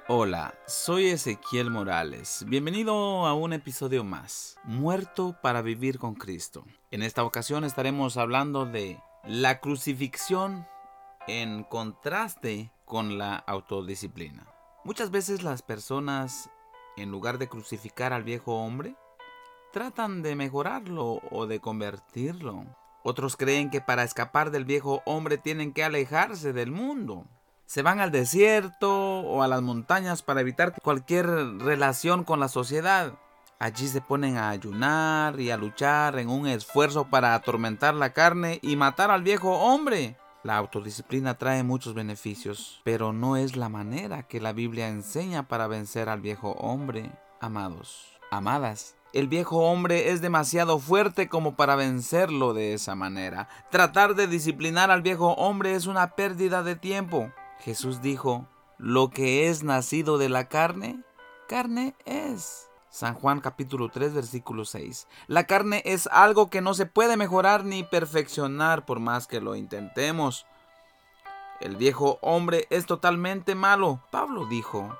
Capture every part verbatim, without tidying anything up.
Hola, soy Ezequiel Morales. Bienvenido a un episodio más, Muerto para vivir con Cristo. En esta ocasión estaremos hablando de la crucifixión en contraste con la autodisciplina. Muchas veces las personas, en lugar de crucificar al viejo hombre, tratan de mejorarlo o de convertirlo. Otros creen que para escapar del viejo hombre tienen que alejarse del mundo. Se van al desierto o a las montañas para evitar cualquier relación con la sociedad. Allí se ponen a ayunar y a luchar en un esfuerzo para atormentar la carne y matar al viejo hombre. La autodisciplina trae muchos beneficios, pero no es la manera que la Biblia enseña para vencer al viejo hombre. Amados, amadas, el viejo hombre es demasiado fuerte como para vencerlo de esa manera. Tratar de disciplinar al viejo hombre es una pérdida de tiempo. Jesús dijo, lo que es nacido de la carne, carne es. San Juan capítulo tres versículo seis. La carne es algo que no se puede mejorar ni perfeccionar por más que lo intentemos. El viejo hombre es totalmente malo. Pablo dijo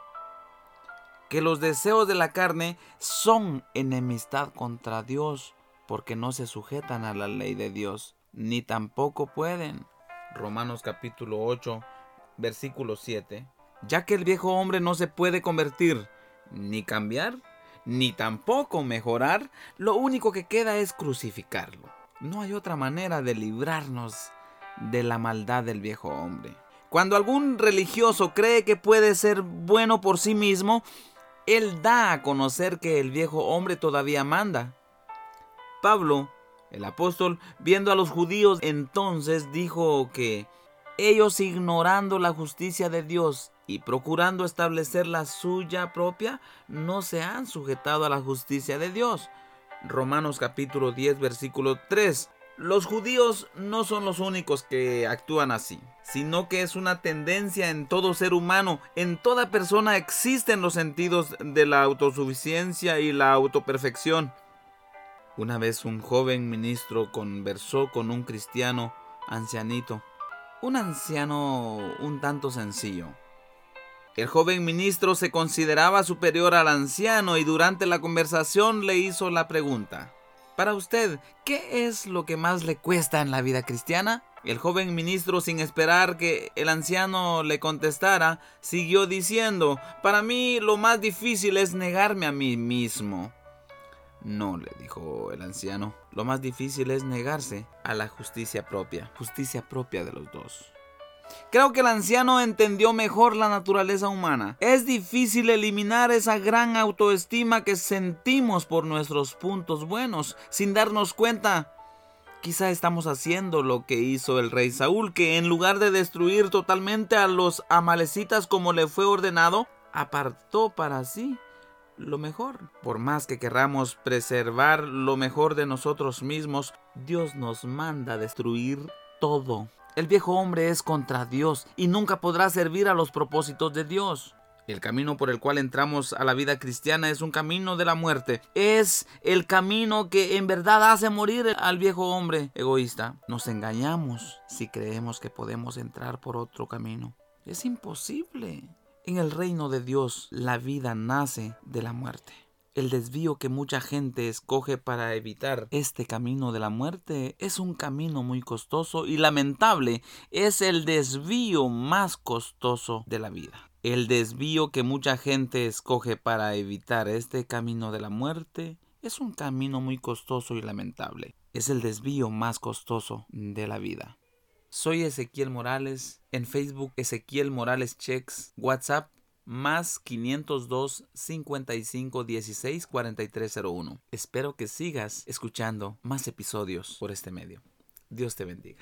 que los deseos de la carne son enemistad contra Dios, porque no se sujetan a la ley de Dios, ni tampoco pueden. Romanos capítulo ocho versículo siete. Ya que el viejo hombre no se puede convertir, ni cambiar, ni tampoco mejorar, lo único que queda es crucificarlo. No hay otra manera de librarnos de la maldad del viejo hombre. Cuando algún religioso cree que puede ser bueno por sí mismo, él da a conocer que el viejo hombre todavía manda. Pablo, el apóstol, viendo a los judíos entonces, dijo que ellos, ignorando la justicia de Dios y procurando establecer la suya propia, no se han sujetado a la justicia de Dios. Romanos capítulo diez versículo tres. Los judíos no son los únicos que actúan así, sino que es una tendencia en todo ser humano. En toda persona existen los sentidos de la autosuficiencia y la autoperfección. Una vez un joven ministro conversó con un cristiano ancianito, un anciano un tanto sencillo. El joven ministro se consideraba superior al anciano y durante la conversación le hizo la pregunta: para usted, ¿qué es lo que más le cuesta en la vida cristiana? El joven ministro, sin esperar que el anciano le contestara, siguió diciendo: para mí lo más difícil es negarme a mí mismo. No, le dijo el anciano, lo más difícil es negarse a la justicia propia, justicia propia de los dos. Creo que el anciano entendió mejor la naturaleza humana. Es difícil eliminar esa gran autoestima que sentimos por nuestros puntos buenos. Sin darnos cuenta, quizá estamos haciendo lo que hizo el rey Saúl, que en lugar de destruir totalmente a los amalecitas como le fue ordenado, apartó para sí lo mejor. Por más que querramos preservar lo mejor de nosotros mismos, Dios nos manda destruir todo. El viejo hombre es contra Dios y nunca podrá servir a los propósitos de Dios. El camino por el cual entramos a la vida cristiana es un camino de la muerte. Es el camino que en verdad hace morir al viejo hombre egoísta. Nos engañamos si creemos que podemos entrar por otro camino. Es imposible. En el reino de Dios, la vida nace de la muerte. El desvío que mucha gente escoge para evitar este camino de la muerte es un camino muy costoso y lamentable. Es el desvío más costoso de la vida. El desvío que mucha gente escoge para evitar este camino de la muerte es un camino muy costoso y lamentable. Es el desvío más costoso de la vida. Soy Ezequiel Morales, en Facebook Ezequiel Morales Checks, WhatsApp más quinientos dos, cincuenta y cinco, dieciséis, cuarenta y tres cero uno. Espero que sigas escuchando más episodios por este medio. Dios te bendiga.